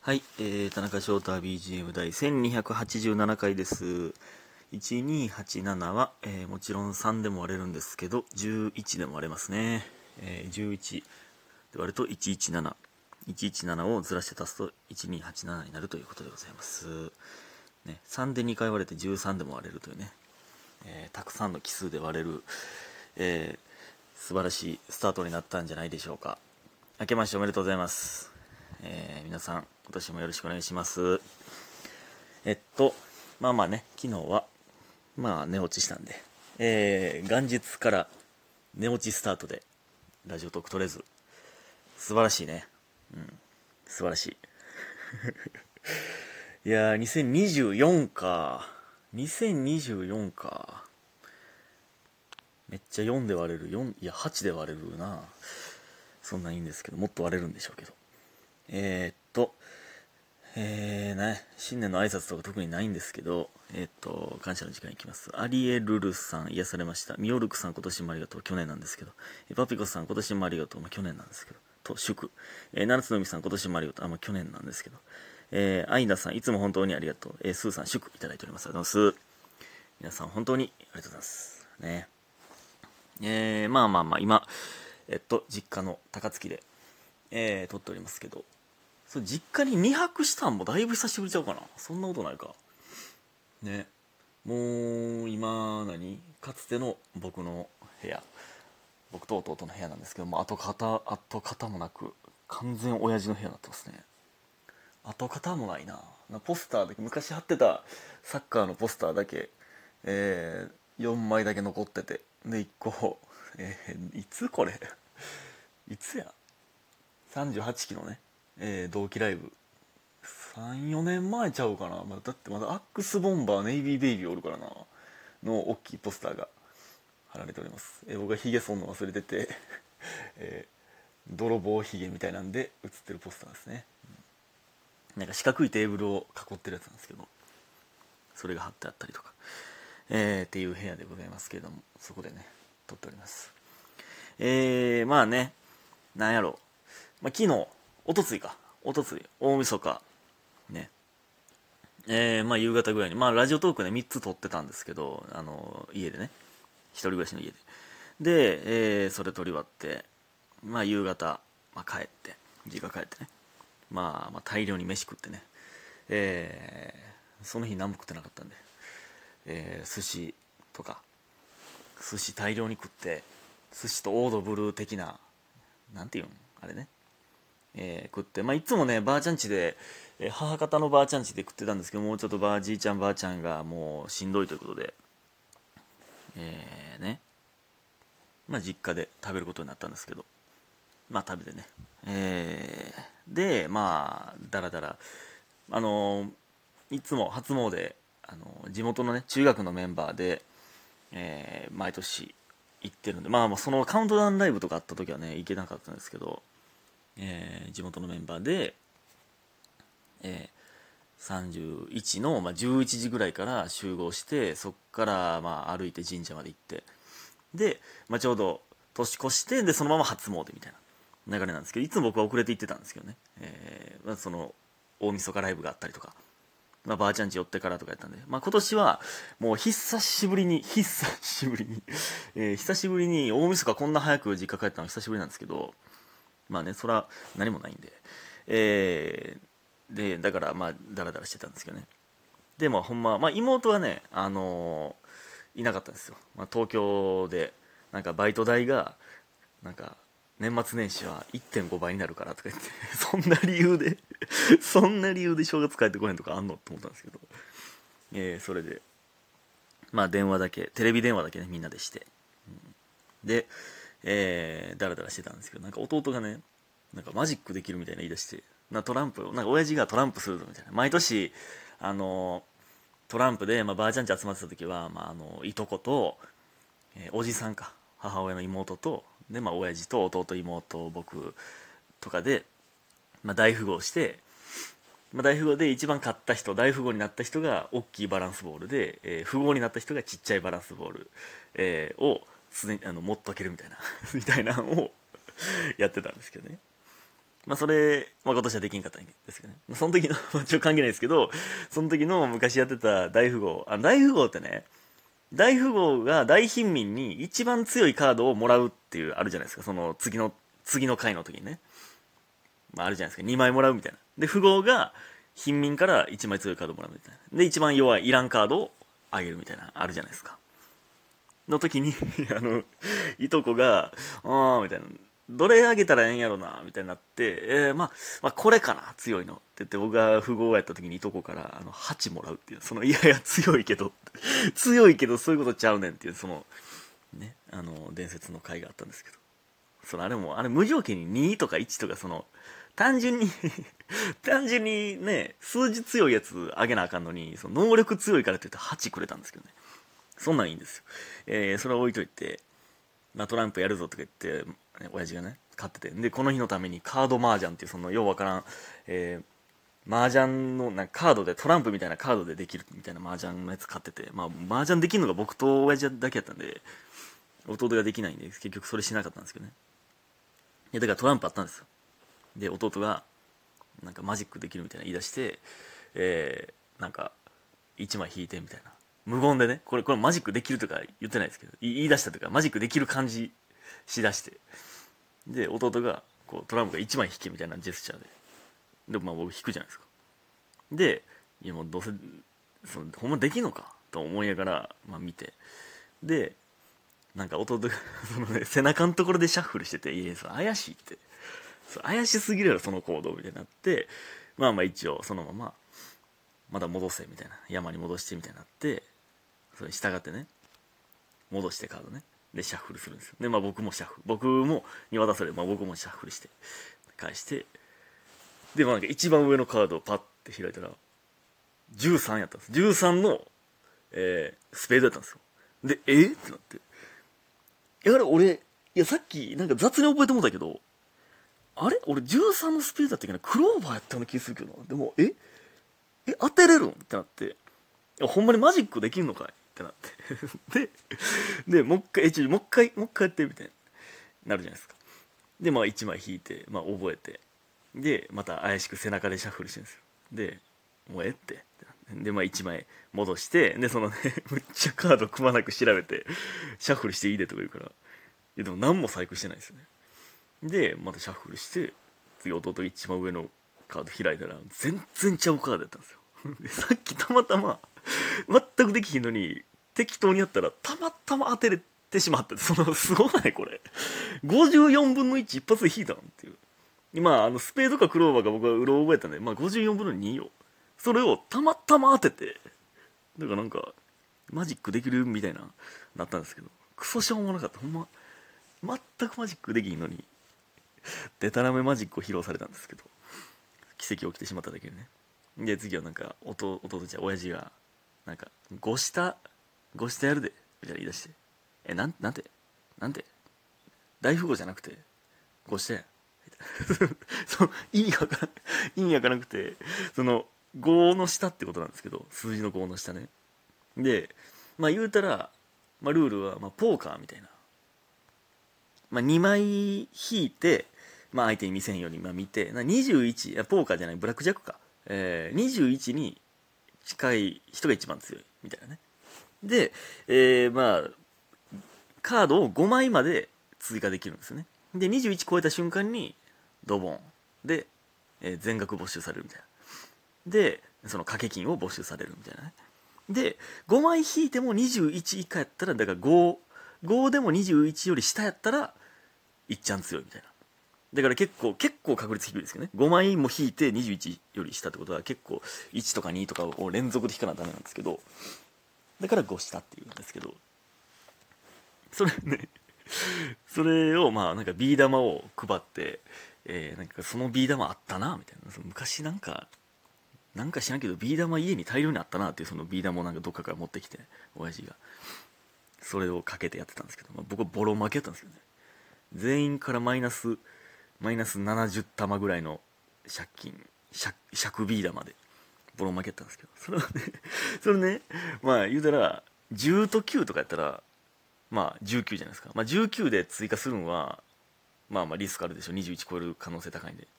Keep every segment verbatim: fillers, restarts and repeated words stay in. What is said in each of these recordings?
はい、えー、田中翔太 ビージーエム 第せんにひゃくはちじゅうななかいです。いちにーはちななは、えー、もちろんさんでも割れるんですけど、じゅういちでも割れますね。えー、じゅういちで割るといちいちなな。いちいちななをずらして足すといちにーはちななになるということでございます。ね、さんでにかい割れてじゅうさんでも割れるというね、えー、たくさんの奇数で割れる、えー、素晴らしいスタートになったんじゃないでしょうか。明けましておめでとうございます。えー、皆さん今年もよろしくお願いします。えっとまあまあね、昨日はまあ寝落ちしたんで、えー、元日から寝落ちスタートでラジオトーク取れず、素晴らしいね。うん、素晴らしい。いやー、にせんにじゅうよんか。にせんにじゅうよんか。めっちゃよんで割れる。よん、いやはちで割れるな。そんなんいいんですけど、もっと割れるんでしょうけど。えー、っとえーね、新年の挨拶とか特にないんですけど、えー、っと、感謝の時間いきます。アリエルルさん、癒されました。ミオルクさん、今年もありがとう。去年なんですけど。パピコさん、今年もありがとう。まあ、去年なんですけど。と、祝。えー、七つの海さん、今年もありがとう。あ、まあ、去年なんですけど。えー、アイダさん、いつも本当にありがとう。えー、スーさん、祝いただいております。ありがとうございます。皆さん、本当にありがとうございます。ね。えー、まあまあまあ、今、えっと、実家の高槻で、えー、撮っておりますけど、それ実家ににはくしたんもだいぶ久しぶりちゃうかな。そんなことないかね。もう今何かつての僕の部屋、僕と弟の部屋なんですけども、跡形跡形もなく完全親父の部屋になってますね。跡形もないな。ポスターだけ、昔貼ってたサッカーのポスターだけ、えー、よんまいだけ残ってて、でいっこ、えー、いつこれいつやさんじゅうはちきのね、えー、同期ライブさん、よねんまえちゃうかな、まあ、だってまだアックスボンバーネイビーベイビーおるからなの大きいポスターが貼られております。え僕がヒゲ剃んの忘れてて、えー、泥棒ヒゲみたいなんで写ってるポスターですね。なんか四角いテーブルを囲ってるやつなんですけど、それが貼ってあったりとか、えー、っていう部屋でございますけれども、そこでね撮っております。えー、まあね、なんやろ、まあ、昨日おとついかおとつい大晦日ね、えー、まあ夕方ぐらいに、まあラジオトークねみっつ撮ってたんですけど、あの家でね、一人暮らしの家でで、えー、それ撮り終わって、まあ夕方、まあ、帰って実家帰ってね、まあ、まあ大量に飯食ってね、えー、その日何も食ってなかったんで、えー、寿司とか寿司大量に食って、寿司とオードブルー的な、なんていうんあれね、えー、食って、まあ、いつもねばあちゃん家で、えー母方のばあちゃん家で食ってたんですけど、もうちょっとばあじいちゃんばあちゃんがもうしんどいということで、えー、ね、まあ、実家で食べることになったんですけど、まあ食べてね、えー、でまあだらだら、あのーいつも初詣、あのー地元のね中学のメンバーで、えー毎年行ってるんで、まあまあそのカウントダウンライブとかあった時はね行けなかったんですけど、えー地元のメンバーで、えーさんじゅういちの、まあ、じゅういちじぐらいから集合して、そこからまあ歩いて神社まで行って、で、まあ、ちょうど年越して、でそのまま初詣みたいな流れなんですけど、いつも僕は遅れて行ってたんですけどね、えーまあ、その大晦日ライブがあったりとか、まあ、ばあちゃん家寄ってからとかやったんで、まあ、今年はもう久しぶりに久しぶりに、えー久しぶりに大晦日こんな早く実家帰ったの久しぶりなんですけど、まあねそら何もないんで、えーでだからまあダラダラしてたんですけどね。でもほんま、まあ、妹はね、あのーいなかったんですよ、まあ、東京でなんかバイト代がなんか年末年始はいってんごばいになるからとか言ってそんな理由でそんな理由で正月帰ってこへんとかあんのって思ったんですけど、えーそれでまあ電話だけテレビ電話だけねみんなでして、で、えー、ダラダラしてたんですけど、なんか弟がねなんかマジックできるみたいな言い出して、なトランプなんか親父がトランプするぞみたいな、毎年あのトランプで、まあ、ばあちゃんち集まってた時は、まあ、あのいとこと、えーおじさんか母親の妹とで、まあ親父と弟妹僕とかで、まあ、大富豪して、まあ、大富豪で一番勝った人、大富豪になった人が大きいバランスボールで、えー富豪になった人がちっちゃいバランスボール、えーをすでにあの持っとけるみたいなみたいなのをやってたんですけどね。 まあそれ、まあ今年はできんかったんですけどね。その時の、まあちょっと関係ないですけど、その時の昔やってた大富豪、あ、大富豪ってね、大富豪が大貧民に一番強いカードをもらうっていう、あるじゃないですか。その次の、次の回の時にね。まああるじゃないですか。にまいもらうみたいな。で、富豪が貧民からいちまい強いカードをもらうみたいな。で、一番弱いいらんカードをあげるみたいな、あるじゃないですか。の時にあの、いとこが、あーみたいな。どれあげたらええんやろなみたいになって、えー、まあ、まあ、これかな強いのって言って、僕が富豪やった時にいとこから、あの、はちもらうっていう、その、いやいや、強いけど、強いけどそういうことちゃうねんっていう、その、ね、あの、伝説の回があったんですけど、その、あれも、あれ無条件ににとかいちとか、その、単純に単純にね、数字強いやつあげなあかんのに、その能力強いからって言ってはちくれたんですけどね。そんなんいいんですよ。えー、それは置いといて、まあ、トランプやるぞとか言って、ね、親父がね、買ってて。で、この日のためにカード麻雀っていう、その、ようわからん、えー、麻雀の、なんかカードで、トランプみたいなカードでできるみたいな麻雀のやつ買ってて、まあ、麻雀できるのが僕と親父だけやったんで、弟ができないんで、結局それしなかったんですけどね。いや、だからトランプあったんですよ。で、弟が、なんかマジックできるみたいな言い出して、えー、なんか、いちまい引いてみたいな。無言でね、これ、これマジックできるとか言ってないですけど、言い出したというか、マジックできる感じしだして。で、弟が、こう、トランプがいちまい引けみたいなジェスチャーで。で、まあ僕引くじゃないですか。で、いやもうどうせ、その、ほんまできんのかと思いながら、まあ見て。で、なんか弟が、そのね、背中のところでシャッフルしてて、いや、それ怪しいって。怪しすぎるやろ、その行動みたいになって、まあまあ一応、そのまま、まだ戻せみたいな。山に戻してみたいになって、それに従ってね、戻してカードね。で、シャッフルするんですよ。で、まあ僕もシャッフル。僕も、に渡される。まあ僕もシャッフルして、返して、で、まあなんか一番上のカードをパッて開いたら、じゅうさんやったんです。じゅうさんの、えー、スペードやったんですよ。で、えー、ってなって。いや、俺、いや、さっき、なんか雑に覚えてもうたけど、あれ俺じゅうさんのスペードだったっけな、クローバーやったような気するけどな。でも、ええ、当てれるんってなって、いやほんまにマジックできんのかいってなってで、で、もう一回、え、ちょ、もう一回、もう一回やってみたいな、なるじゃないですか。で、まあいちまい引いて、まあ覚えて、で、また怪しく背中でシャッフルしてるんですよ。で、もうええって。で、まあいちまい戻して、で、そのね、むっちゃカードくまなく調べて、シャッフルしていいでとか言うから、いやでも何も細工してないですよね。で、またシャッフルして、次弟一番上のカード開いたら、全然ちゃうカードやったんですよ。でさっきたまたま、全くできひんのに、適当にやったら、たまたま当てれてしまって、その、すごないこれ。ごじゅうよんぶんのいち一発で引いたんっていう。今、あの、スペードかクローバーか僕はうろ覚えたんで、まあごじゅうよんぶんのによ。それをたまたま当てて、だからなんか、マジックできるみたいな、なったんですけど、クソしょうもなかった。ほんま、全くマジックできひんのに、デタラメマジックを披露されたんですけど、奇跡起きてしまっただけでね。で、次はなんか、弟、弟ちゃん、親父が、なんか、ご下、ご下やるで、みたいな言い出して、え、なん、なんて、なんて、大富豪じゃなくて、ご下や。その意味がわからん、意味わからなくて、その、ごの下ってことなんですけど、数字のごの下ね。で、まあ言うたら、まあルールは、まあポーカーみたいな。まあにまい引いて、まあ相手に見せんように、まあ見て、なにじゅういち、いやポーカーじゃない、ブラックジャックか。えー、にじゅういちに近い人が一番強い、みたいなね。で、えー、まあ、カードをごまいまで追加できるんですよね。で、にじゅういち超えた瞬間に、ドボンで、えー全額没収されるみたいな。で、その掛け金を没収されるみたいなね。で、ごまい引いてもにじゅういち以下やったら、だからご、ごでもにじゅういちより下やったら、いっちゃん強いみたいな。だから結構、結構確率低いですけどね。ごまいも引いてにじゅういちより下ってことは結構いちとかにとかを連続で引かなダメなんですけど、だからご下っていうんですけど、それね、それをまあなんかビー玉を配って、えー、なんかそのビー玉あったな、みたいな。その昔なんか、なんか知らんけどビー玉家に大量にあったなっていうそのビー玉をなんかどっかから持ってきて、親父が。それをかけてやってたんですけど、まあ、僕はボロ負けやったんですけどね。全員からマイナス、マイナスななじゅう玉ぐらいの借金、借、借ビー玉でボロ負けやったんですけど、それはね、それね、まあ言うたら、じゅうときゅうとかやったら、まあじゅうきゅうじゃないですか。まあじゅうきゅうで追加するのは、まあまあリスクあるでしょ。にじゅういち超える可能性高いんで。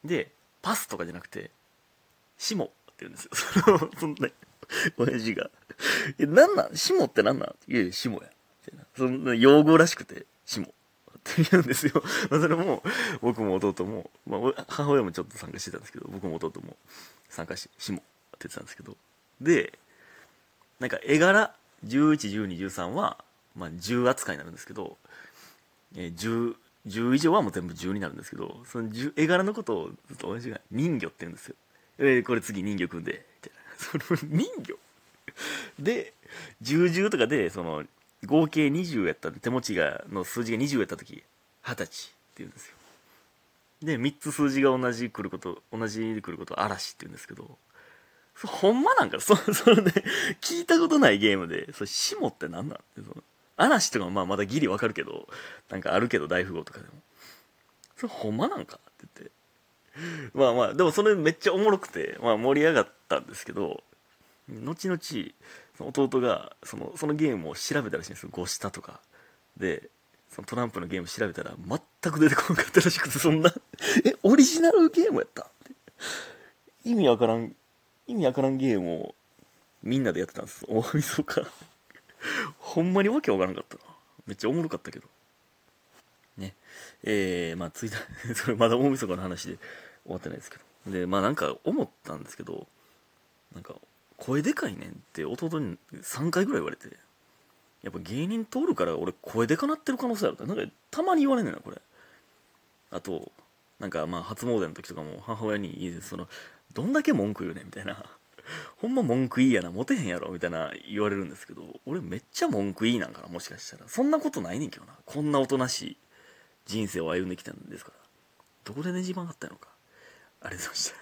でパスとかじゃなくてシモって言うんですよ。そのそんな親父が「え、なんなんシモってなんなん?」いやいやシモやみたいな、そんな用語らしくてシモって言うんですよ。まあそれも僕も弟も、まあ、母親もちょっと参加してたんですけど、僕も弟も参加してシモって言ってたんですけど、でなんか絵柄じゅういち、じゅうに、じゅうさんは、まあ、じゅう扱いになるんですけど、えー、じゅう、じゅう以上はもう全部じゅうになるんですけど、そのじゅう絵柄のことをずっと親父が人魚って言うんですよ。えー、これ次人魚組んでみたいな、その人魚でじゅう、じゅうとかでその合計にじゅうやった手持ちがの数字がにじゅうやった時はたちって言うんですよ。でみっつ数字が同じ来ること同じに来ることを嵐って言うんですけど、そほんまなんかそそのね、聞いたことないゲームで、それシモってなんなんって、その嵐とかまあまだギリわかるけど、なんかあるけど大富豪とかでも、それほんまなんかって言って、まあまあでもそれめっちゃおもろくて、まあ盛り上がったんですけど、後々その弟がそのそのゲームを調べたらしいんですよ。ゴシタとかでそのトランプのゲーム調べたら全く出てこなかったらしくて、そんなえオリジナルゲームやったって意味わからん意味わからんゲームをみんなでやってたんです。大晦日ほんまにわけわからんかったな。めっちゃおもろかったけどね。えー、まあついたそれまだ大晦日の話で終わってないですけど、でまあなんか思ったんですけど、なんか声でかいねんって弟にさんかいぐらい言われて、やっぱ芸人通るから俺声でかなってる可能性あるってなんかたまに言われんねんなこれ。あとなんかまあ初詣の時とかも母親にそのどんだけ文句言うねんみたいな、ほんま文句いいやなモテへんやろみたいな言われるんですけど、俺めっちゃ文句いいなんかな、もしかしたらそんなことないねんけどな。こんなおとなしい人生を歩んできたんですから、どこでねじ曲がったのか。ありがとうございました。